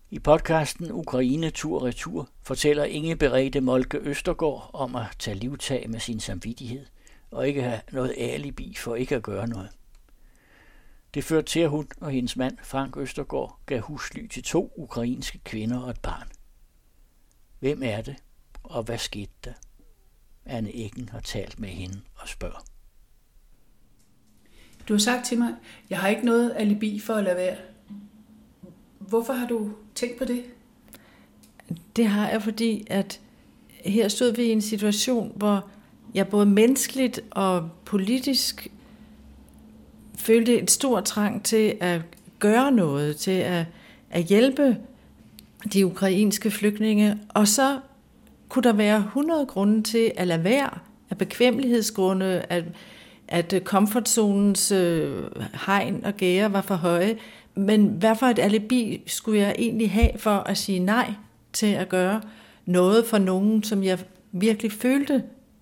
I podcasten Ukraine tur-retur fortæller Inge Merete Moltke Østergaard om at tage livtag med sin samvittighed og ikke have noget alibi for ikke at gøre noget. Det førte til, at hun og hendes mand Frank Østergaard gav husly til 2 ukrainske kvinder og et barn. Hvem er det, og hvad skete der? Anne Eggen har talt med hende og spørger. Du har sagt til mig, jeg har ikke noget alibi for at lade være. Hvorfor har du tænkt på det? Det har jeg, fordi at her stod vi i en situation, hvor jeg både menneskeligt og politisk følte et stort trang til at gøre noget, til at hjælpe de ukrainske flygtninge. Og så kunne der være 100 grunde til at lade være, af bekvemmelighedsgrunde, at komfortzonens hegn og gære var for høje. Men hvad for et alibi skulle jeg egentlig have for at sige nej til at gøre noget for nogen, som jeg virkelig følte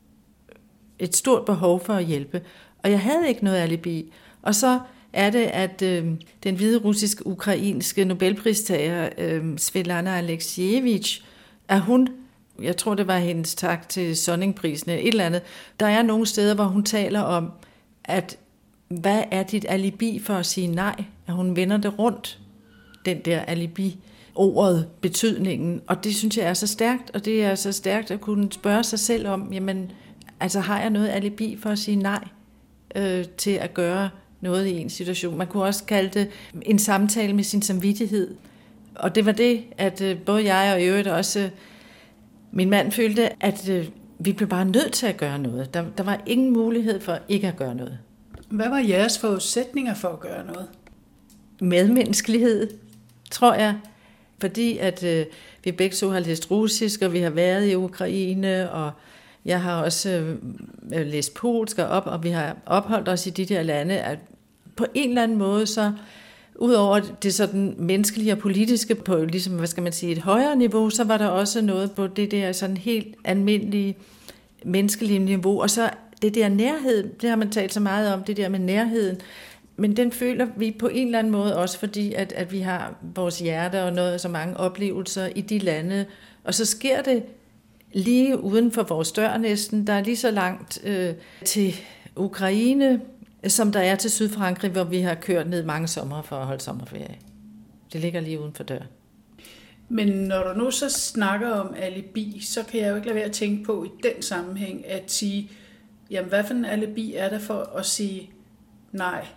et stort behov for at hjælpe. Og jeg havde ikke noget alibi. Og så er det, at den hvide-russisk-ukrainske nobelpristager Svetlana Aleksijevich, at hun, jeg tror det var hendes tak til Sonningprisen eller et eller andet, der er nogle steder, hvor hun taler om, at hvad er dit alibi for at sige nej? At hun vender det rundt, den der alibi, ordet, betydningen. Og det synes jeg er så stærkt, og det er så stærkt at kunne spørge sig selv om, jamen, altså har jeg noget alibi for at sige nej til at gøre noget i en situation? Man kunne også kalde det en samtale med sin samvittighed. Og det var det, at både jeg og i øvrigt også min mand følte, at vi blev bare nødt til at gøre noget. Der var ingen mulighed for ikke at gøre noget. Hvad var jeres forudsætninger for at gøre noget? Medmenneskelighed, tror jeg. Fordi at vi begge to har læst russisk, og vi har været i Ukraine, og jeg har også læst polsk og vi har opholdt os i de der lande, at på en eller anden måde, så udover det sådan menneskelige og politiske på ligesom, hvad skal man sige, et højere niveau, så var der også noget på det der sådan helt almindelige menneskelige niveau, og så det der nærhed, det har man talt så meget om, det der med nærheden, men den føler vi på en eller anden måde også, fordi at vi har vores hjerte og noget så mange oplevelser i de lande, og så sker det lige uden for vores dør næsten. Der er lige så langt til Ukraine, som der er til Sydfrankrig, hvor vi har kørt ned mange sommer for at holde sommerferie. Det ligger lige uden for dør. Men når du nu så snakker om alibi, så kan jeg jo ikke lade være at tænke på i den sammenhæng at sige, jamen hvad for en alibi er der for at sige nej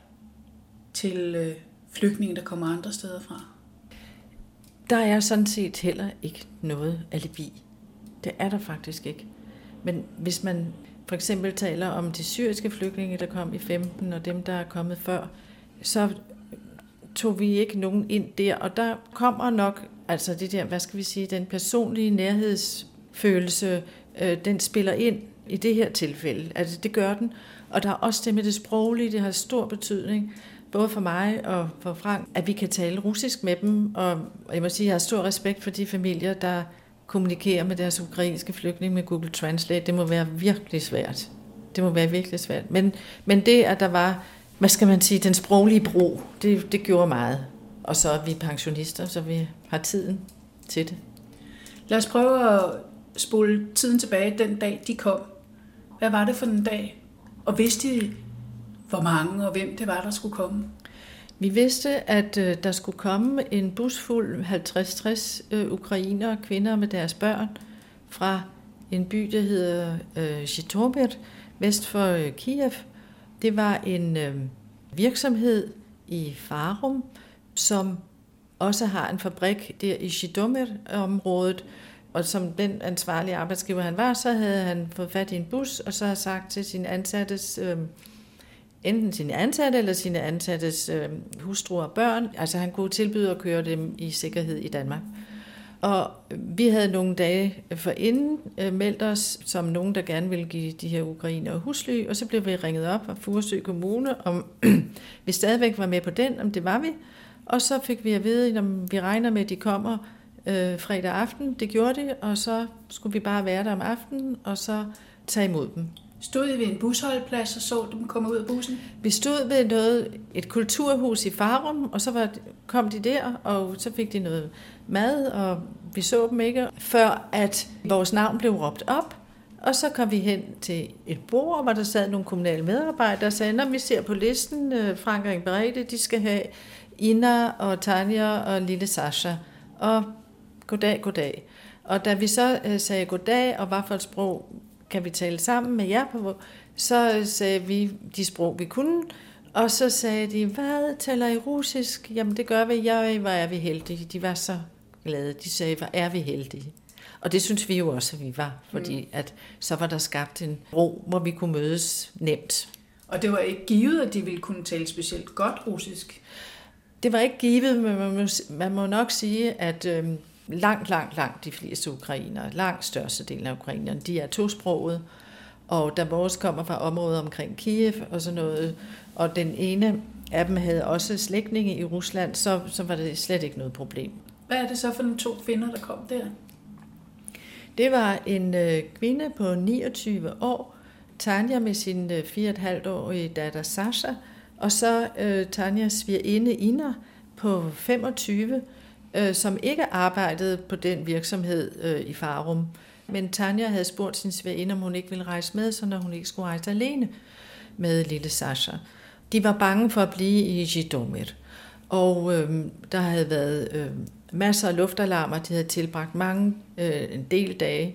til flygtninge, der kommer andre steder fra? Der er sådan set heller ikke noget alibi. Det er der faktisk ikke. Men hvis man for eksempel taler om de syriske flygtninge, der kom i 15, og dem, der er kommet før, så tog vi ikke nogen ind der. Og der kommer nok, altså det der, hvad skal vi sige, den personlige nærhedsfølelse, den spiller ind i det her tilfælde. Altså det gør den. Og der er også det med det sproglige, det har stor betydning, både for mig og for Frank, at vi kan tale russisk med dem. Og jeg må sige, at jeg har stor respekt for de familier, der kommunikerer med deres ukrainske flygtninge med Google Translate. Det må være virkelig svært. Det må være virkelig svært. Men det, at der var, hvad skal man sige, den sproglige bro, det gjorde meget. Og så er vi pensionister, så vi har tiden til det. Lad os prøve at spole tiden tilbage den dag, de kom. Hvad var det for en dag? Og vidste I, hvor mange og hvem det var, der skulle komme? Vi vidste, at der skulle komme en bus fuld 50-60 ukrainere, kvinder med deres børn, fra en by, der hedder Zhytomyr, vest for Kiev. Det var en virksomhed i Farum, som også har en fabrik der i Zhytomyr-området, og som den ansvarlige arbejdsgiver han var, så havde han fået fat i en bus, og så havde sagt til sine ansattes enten sine ansatte eller sine ansattes hustruer og børn. Altså han kunne tilbyde at køre dem i sikkerhed i Danmark. Og vi havde nogle dage forinden meldt os som nogen, der gerne ville give de her ukrainere husly, og så blev vi ringet op af Furesø Kommune, om vi stadigvæk var med på den, om det var vi. Og så fik vi at vide, om vi regner med, at de kommer fredag aften. Det gjorde de, og så skulle vi bare være der om aftenen, og så tage imod dem. Stod I ved en busholdeplads og så dem komme ud af bussen? Vi stod ved et kulturhus i Farum, og så kom de der, og så fik de noget mad, og vi så dem ikke, før at vores navn blev råbt op. Og så kom vi hen til et bord, hvor der sad nogle kommunale medarbejdere og sagde, når vi ser på listen, Frank og Inge-Berete, de skal have Ina og Tanja og lille Sasha. Og goddag. Og da vi så sagde goddag, og hvad for et sprog kan vi tale sammen med jer på, så sagde vi de sprog, vi kunne. Og så sagde de, hvad taler I russisk? Jamen det gør vi, hvor er vi heldige. De var så glade, de sagde, hvor er vi heldige. Og det synes vi jo også, at vi var, fordi at så var der skabt en ro, hvor vi kunne mødes nemt. Og det var ikke givet, at de ville kunne tale specielt godt russisk? Det var ikke givet, men man må nok sige, at langt de fleste ukrainere, langt størstedelen af ukrainerne, de er tosprogede. Og da vores kommer fra området omkring Kiev og sådan noget, og den ene af dem havde også slægtninge i Rusland, så var det slet ikke noget problem. Hvad er det så for nogle 2 kvinder, der kom der? Det var en kvinde på 29 år, Tanja med sin 4,5-årige datter Sasha, og så Tanjas svigerinde Ina på 25, som ikke arbejdede på den virksomhed i Farum. Men Tanja havde spurgt sin svigerinde, om hun ikke ville rejse med, så når hun ikke skulle rejse alene med lille Sasha. De var bange for at blive i Zhytomyr, og der havde været masser af luftalarmer. De havde tilbragt en del dage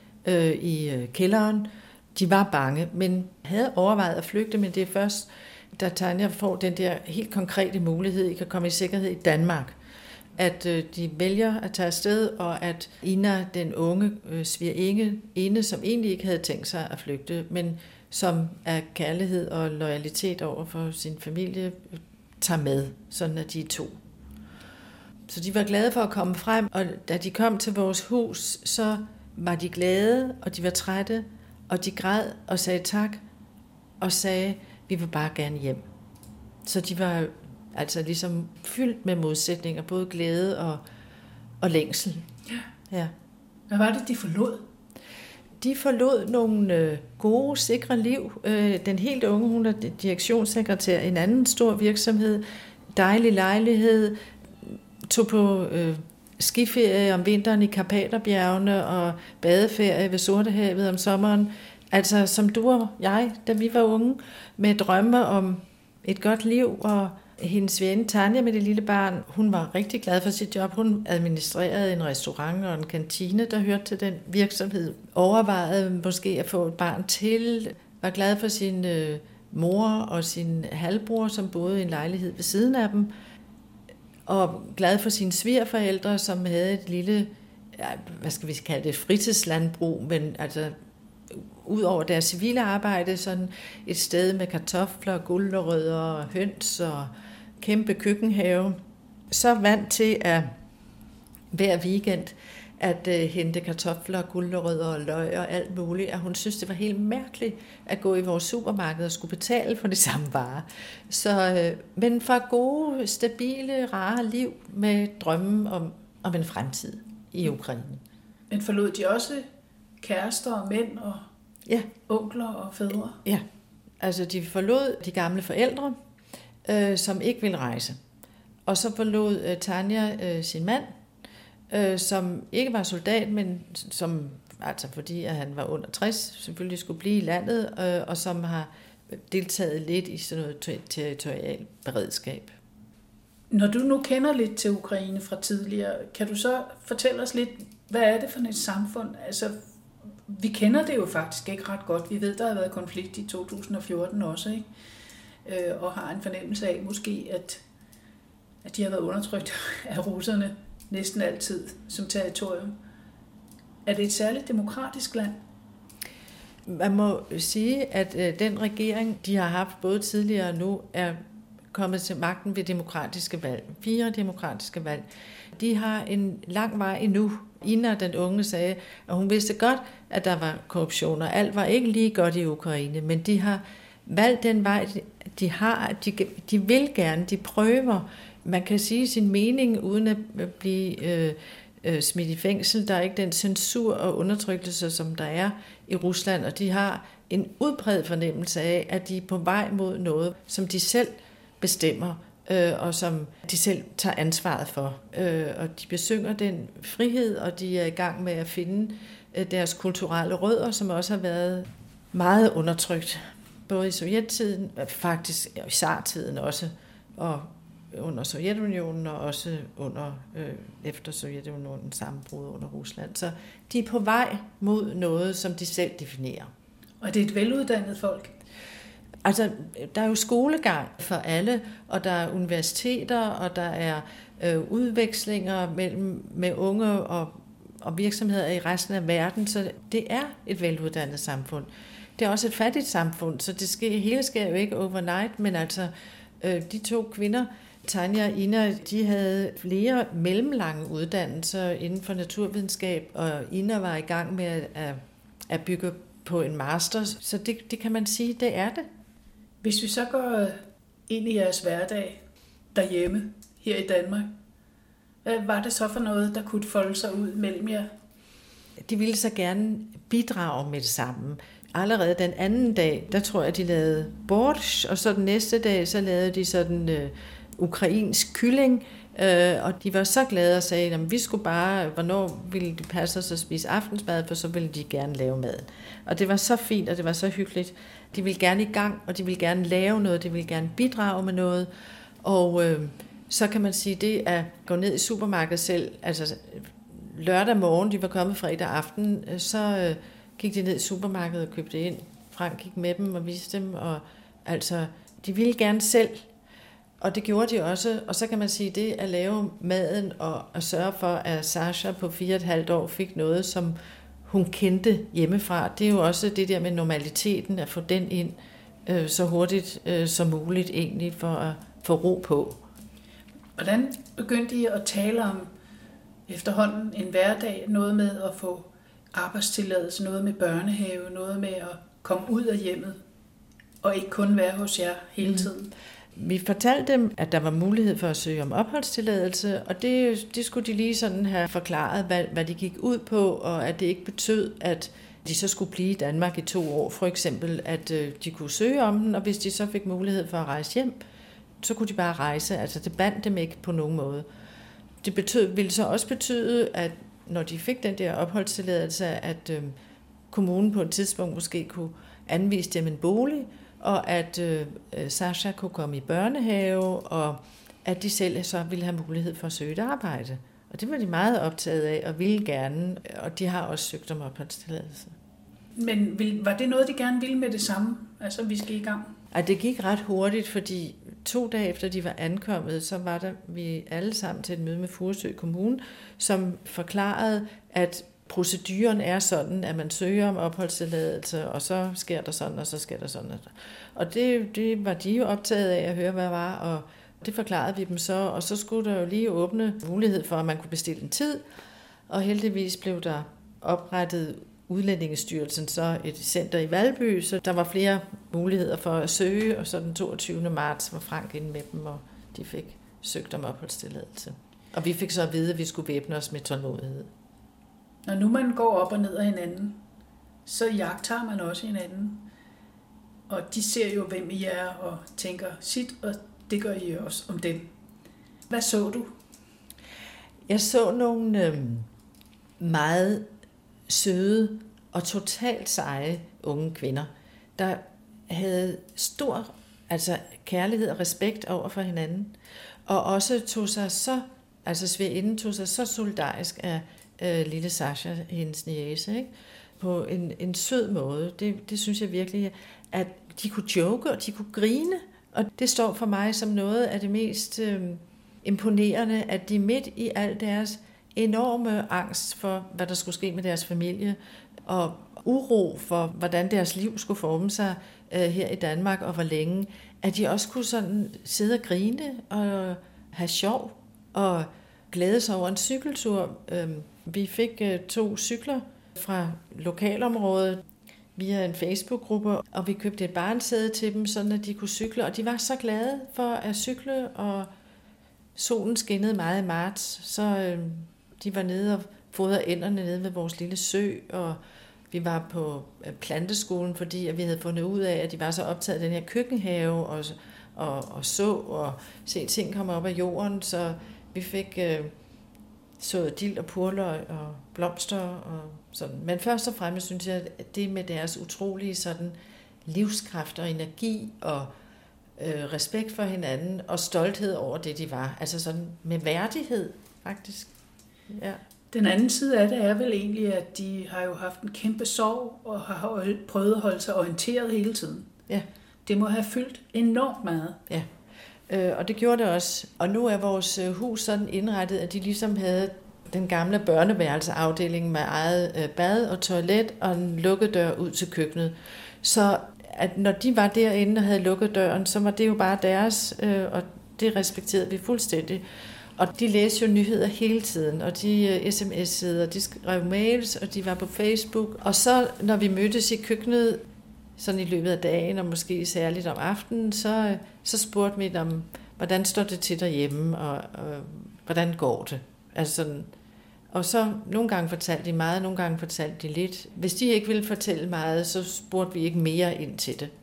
i kælderen. De var bange, men havde overvejet at flygte, men det er først, da Tanja får den der helt konkrete mulighed, I kan komme i sikkerhed i Danmark, at de vælger at tage afsted, og at Ina, den unge svigerinde, som egentlig ikke havde tænkt sig at flygte, men som af kærlighed og loyalitet over for sin familie, tager med, sådan at de er 2. Så de var glade for at komme frem, og da de kom til vores hus, så var de glade, og de var trætte, og de græd og sagde tak, og sagde, vi vil bare gerne hjem. Så de var altså ligesom fyldt med modsætninger, både glæde og længsel. Ja. Hvad var det, de forlod? De forlod nogle gode, sikre liv. Den helt unge, hun er direktionssekretær i en anden stor virksomhed, dejlig lejlighed, tog på skiferie om vinteren i Karpaterbjergene og badeferie ved Sortehavet om sommeren. Altså som du og jeg, da vi var unge, med drømme om et godt liv. Og hendes ven Tanja med det lille barn, hun var rigtig glad for sit job. Hun administrerede en restaurant og en kantine, der hørte til den virksomhed. Overvejede måske at få et barn til. Var glad for sin mor og sin halvbror, som boede i en lejlighed ved siden af dem. Og glad for sine svigerforældre, som havde et lille, hvad skal vi kalde det, fritidslandbrug, men altså ud over deres civile arbejde, sådan et sted med kartofler, gulerødder og høns og kæmpe køkkenhave. Så vant til at hver weekend at hente kartofler, gulerødder og løg og alt muligt, og hun synes, det var helt mærkeligt at gå i vores supermarked og skulle betale for det samme varer. Så, men for gode, stabile, rare liv med drømmen om en fremtid i Ukraine. Men forlod de også kærester og mænd og onkler og fædre? Ja, altså de forlod de gamle forældre, som ikke ville rejse. Og så forlod Tanja sin mand, som ikke var soldat, men som, altså fordi at han var under 60, selvfølgelig skulle blive i landet, og som har deltaget lidt i sådan noget territorial beredskab. Når du nu kender lidt til Ukraine fra tidligere, kan du så fortælle os lidt, hvad er det for et samfund? Altså, vi kender det jo faktisk ikke ret godt. Vi ved, der har været konflikt i 2014 også, ikke? Og har en fornemmelse af måske, at de har været undertrykt af russerne næsten altid som territorium. Er det et særligt demokratisk land? Man må sige, at den regering, de har haft både tidligere og nu, er kommet til magten ved demokratiske valg. 4 demokratiske valg. De har en lang vej endnu. Ina, den unge, sagde, at hun vidste godt, at der var korruption, og alt var ikke lige godt i Ukraine, men de har valgt den vej, de vil gerne, de prøver. Man kan sige sin mening, uden at blive smidt i fængsel. Der er ikke den censur og undertrykkelse, som der er i Rusland, og de har en udbredt fornemmelse af, at de er på vej mod noget, som de selv bestemmer, og som de selv tager ansvaret for. Og de besynger den frihed, og de er i gang med at finde deres kulturelle rødder, som også har været meget undertrykt, både i sovjettiden, faktisk i tsartiden også, og under Sovjetunionen, og også efter Sovjetunionens sammenbrud under Rusland. Så de er på vej mod noget, som de selv definerer. Og det er et veluddannet folk? Altså, der er jo skolegang for alle, og der er universiteter, og der er udvekslinger med unge og virksomheder i resten af verden, så det er et veluddannet samfund. Det er også et fattigt samfund, så hele sker jo ikke overnight, men altså de to kvinder, Tanja og Ina, de havde flere mellemlange uddannelser inden for naturvidenskab, og Ina var i gang med at bygge på en master, så det kan man sige, det er det. Hvis vi så går ind i jeres hverdag derhjemme, her i Danmark, hvad var det så for noget, der kunne folde sig ud mellem jer? De ville så gerne bidrage med det samme. Allerede den anden dag, der tror jeg, de lavede borscht, og så den næste dag, så lavede de sådan ukrainsk kylling, og de var så glade og sagde, at vi skulle bare, hvornår ville de passe os at spise aftensmad, for så ville de gerne lave maden. Og det var så fint, og det var så hyggeligt. De ville gerne i gang, og de ville gerne lave noget, de ville gerne bidrage med noget, og så kan man sige, det at gå ned i supermarkedet selv, altså lørdag morgen, de var kommet fredag aften, så gik de ned i supermarkedet og købte ind. Frank gik med dem og viste dem, og altså, de ville gerne selv, og det gjorde de også. Og så kan man sige, det at lave maden og at sørge for, at Sasha på 4,5 år fik noget, som hun kendte hjemmefra, det er jo også det der med normaliteten, at få den ind så hurtigt som muligt egentlig, for at få ro på. Hvordan begyndte I at tale om efterhånden en hverdag, noget med at få arbejdstilladelse, noget med børnehave, noget med at komme ud af hjemmet, og ikke kun være hos jer hele tiden? Vi fortalte dem, at der var mulighed for at søge om opholdstilladelse, og det skulle de lige sådan have forklaret, hvad de gik ud på, og at det ikke betød, at de så skulle blive i Danmark i 2 år, for eksempel, at de kunne søge om den, og hvis de så fik mulighed for at rejse hjem, så kunne de bare rejse. Altså det bandt dem ikke på nogen måde. Det ville så også betyde, at når de fik den der opholdstilladelse, at kommunen på et tidspunkt måske kunne anvise dem en bolig, og at Sasha kunne komme i børnehave, og at de selv så ville have mulighed for at søge et arbejde. Og det var de meget optaget af, og ville gerne, og de har også søgt om opholdstilladelse. Men var det noget, de gerne ville med det samme? Altså, vi skal i gang? Det gik ret hurtigt, fordi 2 dage efter de var ankommet, så var vi alle sammen til et møde med Furesø Kommune, som forklarede, at proceduren er sådan, at man søger om opholdstilladelse, og så sker der sådan, og så sker der sådan. Og det var de jo optaget af at høre, hvad var, og det forklarede vi dem så, og så skulle der jo lige åbne mulighed for, at man kunne bestille en tid, og heldigvis blev der oprettet Udlændingestyrelsen, så et center i Valby, så der var flere muligheder for at søge, og så den 22. marts var Frank inde med dem, og de fik søgt om opholdstilladelse. Og vi fik så at vide, at vi skulle væbne os med tålmodighed. Når nu man går op og ned af hinanden, så jagter man også hinanden. Og de ser jo, hvem I er, og tænker sit, og det gør I også om dem. Hvad så du? Jeg så nogle meget søde og totalt seje unge kvinder, der havde stor kærlighed og respekt over for hinanden, og også tog sig svigerinden tog sig så solidarisk af lille Sasha, hendes niece, ikke? På en sød måde. Det synes jeg virkelig, at de kunne joke, og de kunne grine, og det står for mig som noget af det mest imponerende, at de midt i al deres enorme angst for, hvad der skulle ske med deres familie, og uro for, hvordan deres liv skulle forme sig her i Danmark, og hvor længe, at de også kunne sådan sidde og grine, og have sjov, og glæde sig over en cykeltur. Vi fik 2 cykler fra lokalområdet via en Facebook-gruppe, og vi købte et barnsæde til dem, sådan at de kunne cykle, og de var så glade for at cykle, og solen skinnede meget i marts, så De var nede og fodrede ænderne nede ved vores lille sø, og vi var på planteskolen, fordi vi havde fundet ud af, at de var så optaget af den her køkkenhave og se ting komme op af jorden, så vi fik sået dild og purløg og blomster og sådan. Men først og fremmest synes jeg, at det med deres utrolige sådan livskraft og energi og respekt for hinanden og stolthed over det, de var. Altså sådan med værdighed, faktisk. Ja. Den anden side af det er vel egentlig, at de har jo haft en kæmpe sorg og har prøvet at holde sig orienteret hele tiden. Ja. Det må have fyldt enormt meget. Ja, og det gjorde det også. Og nu er vores hus sådan indrettet, at de ligesom havde den gamle børneværelseafdeling med eget bad og toilet og en lukket dør ud til køkkenet. Så at når de var derinde og havde lukket døren, så var det jo bare deres, og det respekterede vi fuldstændig. Og de læste jo nyheder hele tiden, og de sms'ede, og de skrev mails, og de var på Facebook. Og så, når vi mødtes i køkkenet, sådan i løbet af dagen, og måske særligt om aftenen, så spurgte vi dem, hvordan står det til derhjemme, og hvordan går det? Altså sådan. Og så nogle gange fortalte de meget, nogle gange fortalte de lidt. Hvis de ikke ville fortælle meget, så spurgte vi ikke mere ind til det.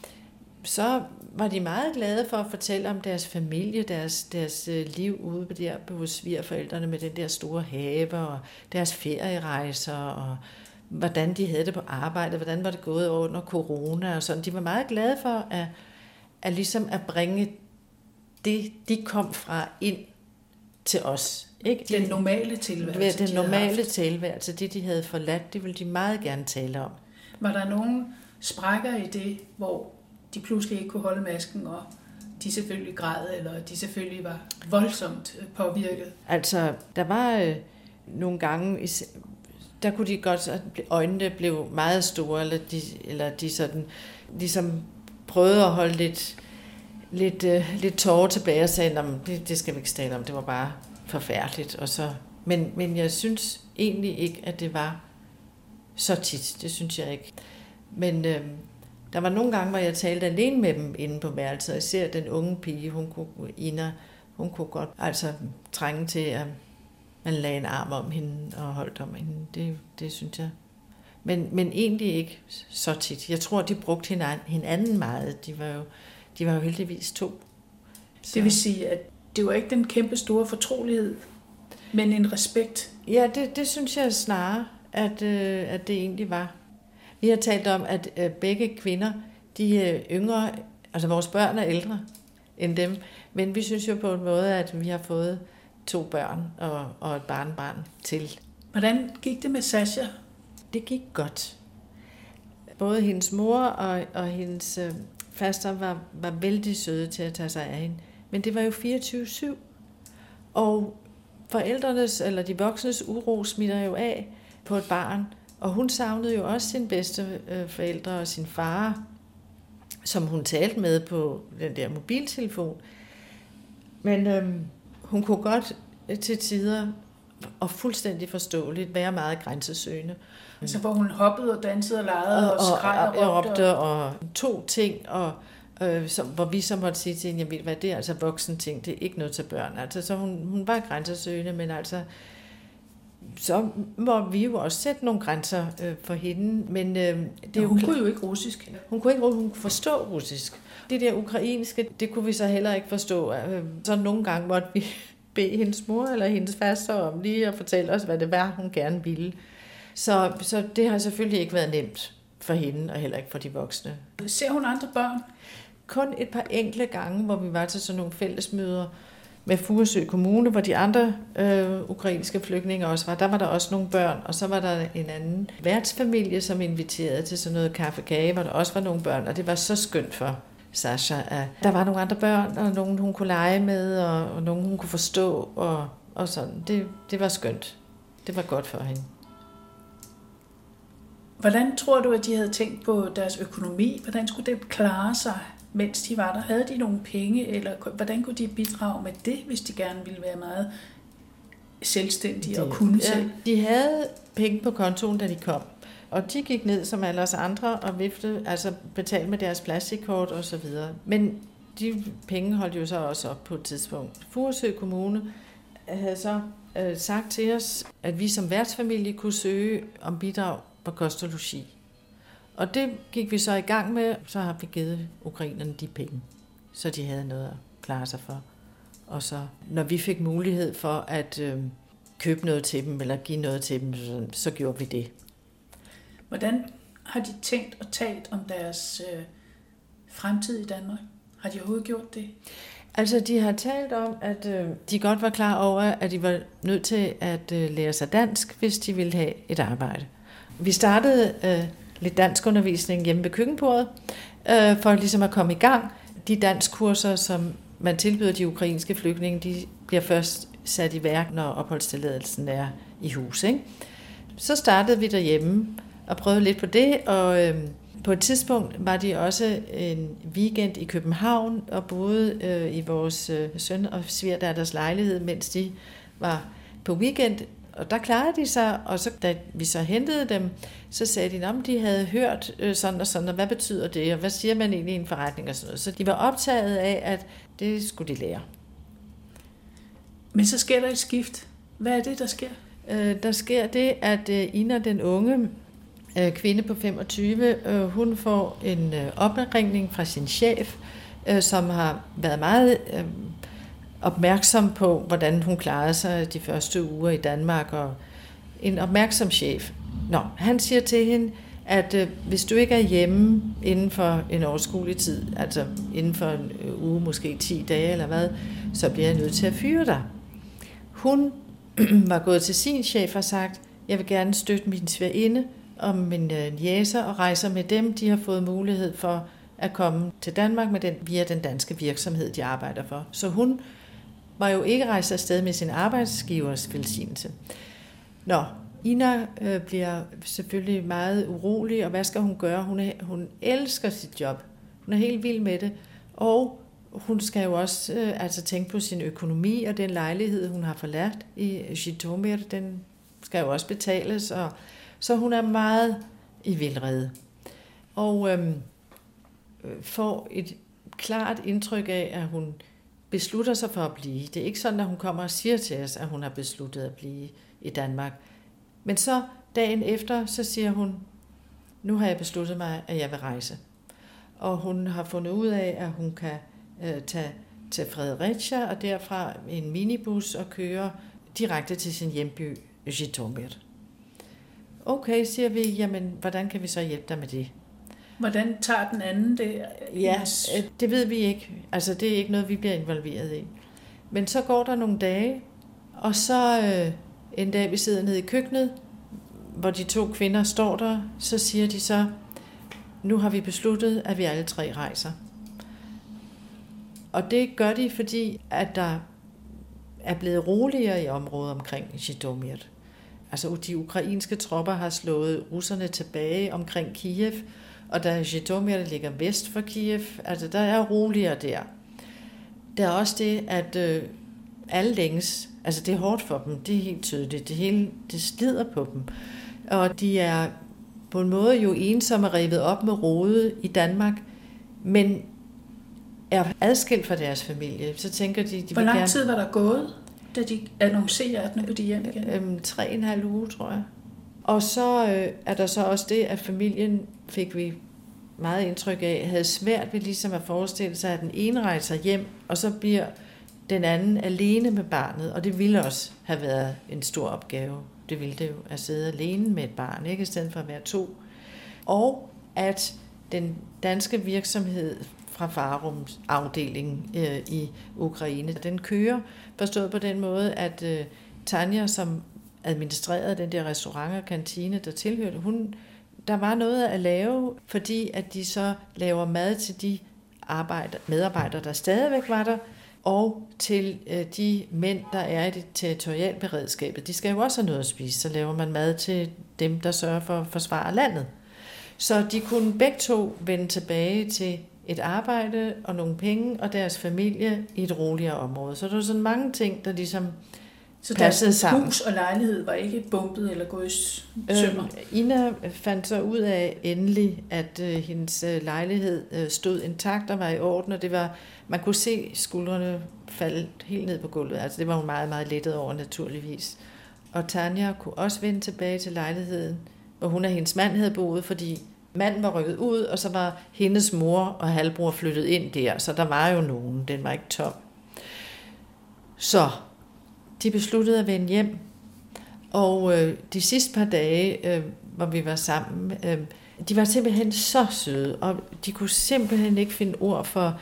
Så var de meget glade for at fortælle om deres familie, deres liv ude på der hos svigerforældrene med den der store have, og deres ferierejser, og hvordan de havde det på arbejde, hvordan var det gået under corona og sådan. De var meget glade for at ligesom at bringe det, de kom fra, ind til os. Ikke? Den normale tilværelse. Den normale tilværelse, det de havde forladt, det ville de meget gerne tale om. Var der nogen sprækker i det, hvor de pludselig ikke kunne holde masken, og de selvfølgelig græd, eller de selvfølgelig var voldsomt påvirket? Altså, der var nogle gange, der kunne de godt, øjnene blev meget store, eller de sådan, ligesom prøvede at holde lidt tårer tilbage og sagde, det skal vi ikke tale om, det var bare forfærdeligt. Og så, men jeg synes egentlig ikke, at det var så tit. Det synes jeg ikke. Men der var nogle gange, hvor jeg talte alene med dem inde på værelset. Jeg ser den unge pige, hun kunne godt altså trænge til, at man lagde en arm om hende og holdt om hende. Det synes jeg. Men egentlig ikke så tit. Jeg tror, de brugte hinanden meget. De var jo heldigvis 2. Så. Det vil sige, at det var ikke den kæmpe store fortrolighed, men en respekt. Ja, det synes jeg snarere, at det egentlig var. Vi har talt om, at begge kvinder, de er yngre, altså vores børn er ældre end dem, men vi synes jo på en måde, at vi har fået 2 børn og et barnbarn til. Hvordan gik det med Sasha? Det gik godt. Både hendes mor og hendes faster var vældig søde til at tage sig af hende, men det var jo 24/7, og forældrenes eller de voksnes uro smitter jo af på et barn. Og hun savnede jo også sin bedste forældre og sin far, som hun talte med på den der mobiltelefon. Men hun kunne godt til tider og fuldstændig forståeligt være meget grænsesøgende. Altså hvor hun hoppede og dansede og legede og skreg og råbte. Og 2 ting, hvor vi så måtte sige til hende, jeg ved hvad det er, altså voksen ting, det er ikke noget til børn. Altså, så hun var grænsesøgende, men altså så må vi jo også sætte nogle grænser for hende. Men hun kunne jo ikke russisk. Hun kunne forstå russisk. Det der ukrainske, det kunne vi så heller ikke forstå. Så nogle gange måtte vi bede hendes mor eller hendes faster om lige at fortælle os, hvad det var, hun gerne ville. Så det har selvfølgelig ikke været nemt for hende, og heller ikke for de voksne. Ser hun andre børn? Kun et par enkle gange, hvor vi var til sådan nogle fællesmøder med Furesø Kommune, hvor de andre ukrainske flygtninge også var. Der var der også nogle børn, og så var der en anden værtsfamilie, som inviterede til sådan noget kaffe-kage, hvor der også var nogle børn, og det var så skønt for Sasha, at der var nogle andre børn, og nogen hun kunne lege med, og nogen hun kunne forstå, og sådan. Det var skønt. Det var godt for hende. Hvordan tror du, at de havde tænkt på deres økonomi? Hvordan skulle det klare sig, mens de var der? Havde de nogle penge, eller hvordan kunne de bidrage med det, hvis de gerne ville være meget selvstændige og kunne selv? De havde penge på kontoen, da de kom. Og de gik ned som alle os andre og betalte med deres plastikkort og så videre. Men de penge holdt jo så også op på et tidspunkt. Furesø Kommune havde så sagt til os, at vi som værtsfamilie kunne søge om bidrag på kost og logi. Og det gik vi så i gang med, så har vi givet ukrainerne de penge, så de havde noget at klare sig for. Og så, når vi fik mulighed for at købe noget til dem, eller give noget til dem, så gjorde vi det. Hvordan har de tænkt og talt om deres fremtid i Danmark? Har de overhovedet gjort det? Altså, de har talt om, at de godt var klar over, at de var nødt til at lære sig dansk, hvis de ville have et arbejde. Vi startede lidt danskundervisning hjemme ved køkkenbordet, for ligesom at komme i gang. De danskkurser, som man tilbyder de ukrainske flygtninge, de bliver først sat i værk, når opholdstilladelsen er i hus, ikke? Så startede vi derhjemme og prøvede lidt på det, og på et tidspunkt var de også en weekend i København og boede i vores søn og svigerdatters lejlighed, mens de var på weekend. Og der klarede de sig, og så, da vi så hentede dem, så sagde de, at de havde hørt sådan og sådan, og hvad betyder det, og hvad siger man egentlig i en forretning og sådan noget. Så de var optaget af, at det skulle de lære. Men så sker der et skift. Hvad er det, der sker? Der sker det, at Ina, den unge kvinde på 25, hun får en opringning fra sin chef, som har været meget opmærksom på, hvordan hun klarede sig de første uger i Danmark, og en opmærksom chef. Han siger til hende, at hvis du ikke er hjemme inden for en overskuelig tid, altså inden for en uge, måske 10 dage eller hvad, så bliver jeg nødt til at fyre dig. Hun var gået til sin chef og sagt, jeg vil gerne støtte min svigerinde og min jæser og rejser med dem. De har fået mulighed for at komme til Danmark med via den danske virksomhed, de arbejder for. Så hun var jo ikke rejst afsted med sin arbejdsgivers velsignelse. Ina bliver selvfølgelig meget urolig, og hvad skal hun gøre? Hun elsker sit job. Hun er helt vild med det, og hun skal jo også tænke på sin økonomi, og den lejlighed, hun har forladt i Zhytomyr, den skal jo også betales, og så hun er meget i vildrede. Og får et klart indtryk af, at hun beslutter sig for at blive. Det er ikke sådan, at hun kommer og siger til os, at hun har besluttet at blive i Danmark. Men så dagen efter, så siger hun, nu har jeg besluttet mig, at jeg vil rejse. Og hun har fundet ud af, at hun kan tage til Fredericia, og derfra en minibus og køre direkte til sin hjemby, Zhytomyr. Okay, siger vi, jamen, hvordan kan vi så hjælpe dig med det? Hvordan tager den anden det? Ja, det ved vi ikke. Altså, det er ikke noget, vi bliver involveret i. Men så går der nogle dage, og så en dag, vi sidder nede i køkkenet, hvor de 2 kvinder står der, så siger de så, nu har vi besluttet, at vi alle 3 rejser. Og det gør de, fordi at der er blevet roligere i området omkring Zhytomyr. Altså, de ukrainske tropper har slået russerne tilbage omkring Kiev, og da Zhytomyr ligger vest for Kiev, altså der er roligere der. Der er også det, at alle længes, altså det er hårdt for dem, det er helt tydeligt, det slider på dem. Og de er på en måde jo ensomme revet op med rode i Danmark, men er adskilt fra deres familie. Så tænker de hvor lang tid var der gået, da de annoncerer, at nu er de hjem igen? 3,5 uger, tror jeg. Og så er der så også det, at familien, fik vi meget indtryk af, havde svært ved ligesom at forestille sig, at den ene rejser hjem, og så bliver den anden alene med barnet. Og det ville også have været en stor opgave. Det ville det jo, at sidde alene med et barn, ikke i stedet for at være 2. Og at den danske virksomhed fra Farums afdeling i Ukraine, den kører, forstået på den måde, at Tanja, som administrerede den der restaurant og kantine, der tilhørte, der var noget at lave, fordi at de så laver mad til de medarbejdere, der stadigvæk var der, og til de mænd, der er i det territorialberedskabet. De skal jo også have noget at spise, så laver man mad til dem, der sørger for at forsvare landet. Så de kunne begge 2 vende tilbage til et arbejde og nogle penge og deres familie i et roligere område. Så der var sådan mange ting, der ligesom Så passede deres sammen. hus og lejlighed var ikke bumpet eller gået i sømmer? Ina fandt så ud af endelig, at hendes lejlighed stod intakt og var i orden, og det var, man kunne se skuldrene falde helt ned på gulvet. Altså det var hun meget, meget lettet over, naturligvis. Og Tanja kunne også vende tilbage til lejligheden, hvor hun og hendes mand havde boet, fordi manden var rykket ud, og så var hendes mor og halvbror flyttet ind der, så der var jo nogen, den var ikke tom. Så de besluttede at vende hjem, og de sidste par dage, hvor vi var sammen, de var simpelthen så søde, og de kunne simpelthen ikke finde ord for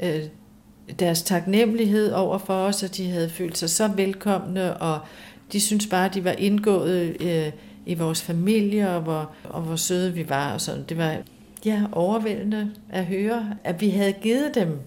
deres taknemmelighed over for os, og de havde følt sig så velkomne, og de syntes bare, at de var indgået i vores familie, og hvor søde vi var. Og sådan. Det var overvældende at høre, at vi havde givet dem,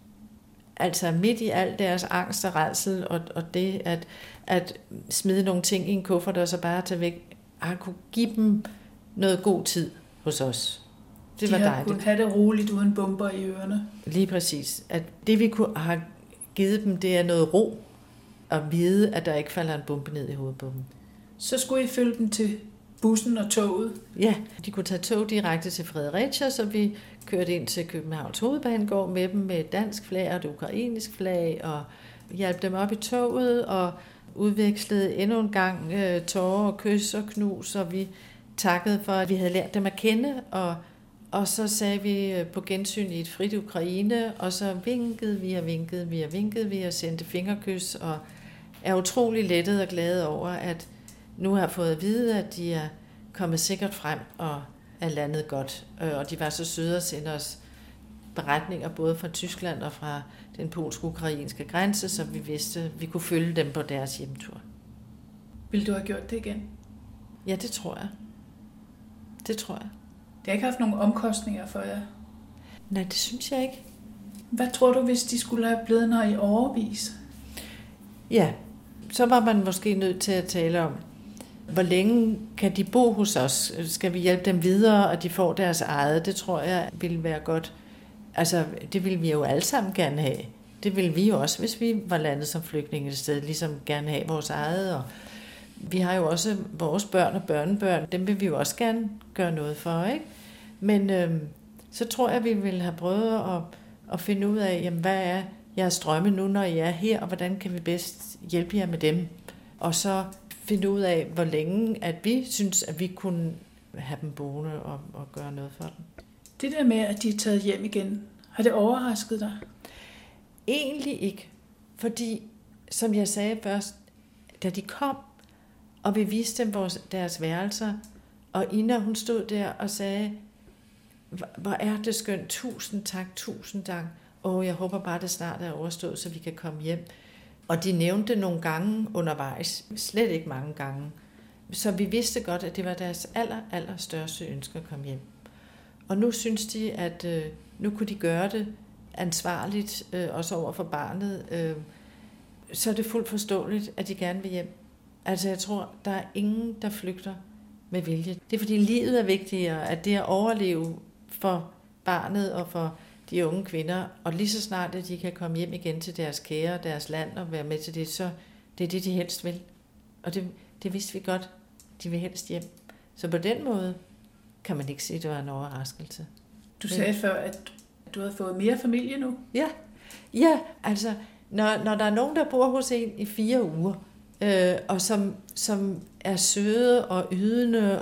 altså midt i al deres angst og rædsel, og det at smide nogle ting i en kuffert og så bare tage væk, at kunne give dem noget god tid hos os. Det var dejligt. De kunne have det roligt uden bomber i ørerne. Lige præcis. At det vi kunne have givet dem, det er noget ro, at vide, at der ikke falder en bombe ned i hovedet på dem. Så skulle I følge dem til bussen og toget? Ja, de kunne tage tog direkte til Fredericia, så vi kørte ind til Københavns Hovedbanegård med dem med et dansk flag og et ukrainsk flag, og hjalp dem op i toget og udvekslede endnu en gang tårer og kys og knus, og vi takkede for, at vi havde lært dem at kende, og så sagde vi på gensyn i et frit Ukraine, og så vinkede vi og sendte fingerkys, og er utrolig lettet og glade over, at nu har jeg fået at vide, at de er kommet sikkert frem og er landet godt. Og de var så søde at sende os beretninger både fra Tyskland og fra den polsk-ukrainske grænse, så vi vidste, at vi kunne følge dem på deres hjemtur. Vil du have gjort det igen? Ja, det tror jeg. Det har ikke haft nogen omkostninger for jer? Nej, det synes jeg ikke. Hvad tror du, hvis de skulle have blevet her i årevis? Ja, så var man måske nødt til at tale om, hvor længe kan de bo hos os? Skal vi hjælpe dem videre, og de får deres eget? Det tror jeg ville være godt. Altså, det ville vi jo alle sammen gerne have. Det ville vi jo også, hvis vi var landet som flygtninge et sted, ligesom gerne have vores eget. Og vi har jo også vores børn og børnebørn. Dem vil vi jo også gerne gøre noget for, ikke? Men så tror jeg, vi ville have prøvet at finde ud af, jamen, hvad er jeres drømme nu, når I er her, og hvordan kan vi bedst hjælpe jer med dem? Og så finde ud af, hvor længe at vi synes, at vi kunne have dem boende og gøre noget for dem. Det der med, at de er taget hjem igen, har det overrasket dig? Egentlig ikke, fordi, som jeg sagde først, da de kom, og vi viste dem deres værelser, og Ina, hun stod der og sagde, hvor er det skønt, tusind tak. Jeg håber bare, det snart er overstået, så vi kan komme hjem. Og de nævnte nogle gange undervejs, slet ikke mange gange. Så vi vidste godt, at det var deres allerstørste ønske at komme hjem. Og nu synes de, at nu kunne de gøre det ansvarligt, også over for barnet. Så er det fuldt forståeligt, at de gerne vil hjem. Altså jeg tror, der er ingen, der flygter med vilje. Det er fordi livet er vigtigere, at det at overleve for barnet og for de unge kvinder, og lige så snart, at de kan komme hjem igen til deres kære og deres land og være med til det, så det er det, de helst vil. Og det vidste vi godt. De vil helst hjem. Så på den måde kan man ikke sige, at det var en overraskelse. Du sagde før, at du havde fået mere familie nu? Ja, altså, når der er nogen, der bor hos en i 4 uger, og som er søde og ydende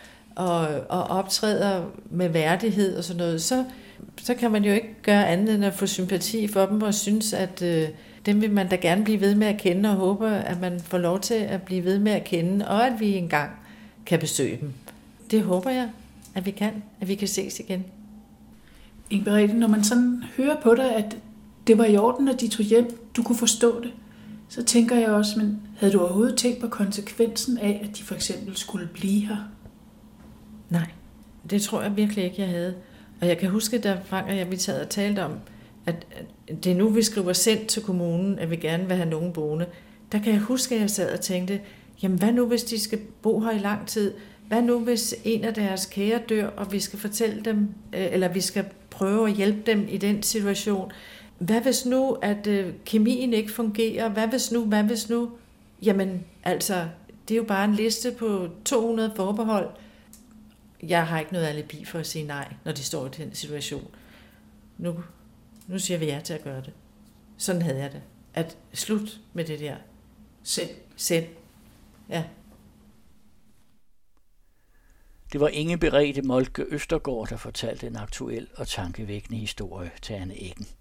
og optræder med værdighed og sådan noget, så kan man jo ikke gøre andet end at få sympati for dem og synes, at dem vil man da gerne blive ved med at kende og håber, at man får lov til at blive ved med at kende, og at vi engang kan besøge dem. Det håber jeg, at vi kan, at vi kan ses igen. Inge-Merete, når man sådan hører på dig, at det var i orden, at de tog hjem, du kunne forstå det, så tænker jeg også, men havde du overhovedet tænkt på konsekvensen af, at de for eksempel skulle blive her? Nej, det tror jeg virkelig ikke, jeg havde. Og jeg kan huske, da Frank og jeg vi sad og talte om, at det er nu, vi skriver sendt til kommunen, at vi gerne vil have nogen boende. Der kan jeg huske, at jeg sad og tænkte, jamen hvad nu, hvis de skal bo her i lang tid? Hvad nu, hvis en af deres kære dør, og vi skal fortælle dem, eller vi skal prøve at hjælpe dem i den situation? Hvad hvis nu, at kemien ikke fungerer? Hvad hvis nu? Jamen, altså, det er jo bare en liste på 200 forbehold. Jeg har ikke noget alibi for at sige nej, når de står i den situation. Nu siger vi ja til at gøre det. Sådan havde jeg det. At slut med det der. Selv. Ja. Det var Inge Merete Moltke Østergaard, der fortalte en aktuel og tankevækkende historie til Anne Eggen.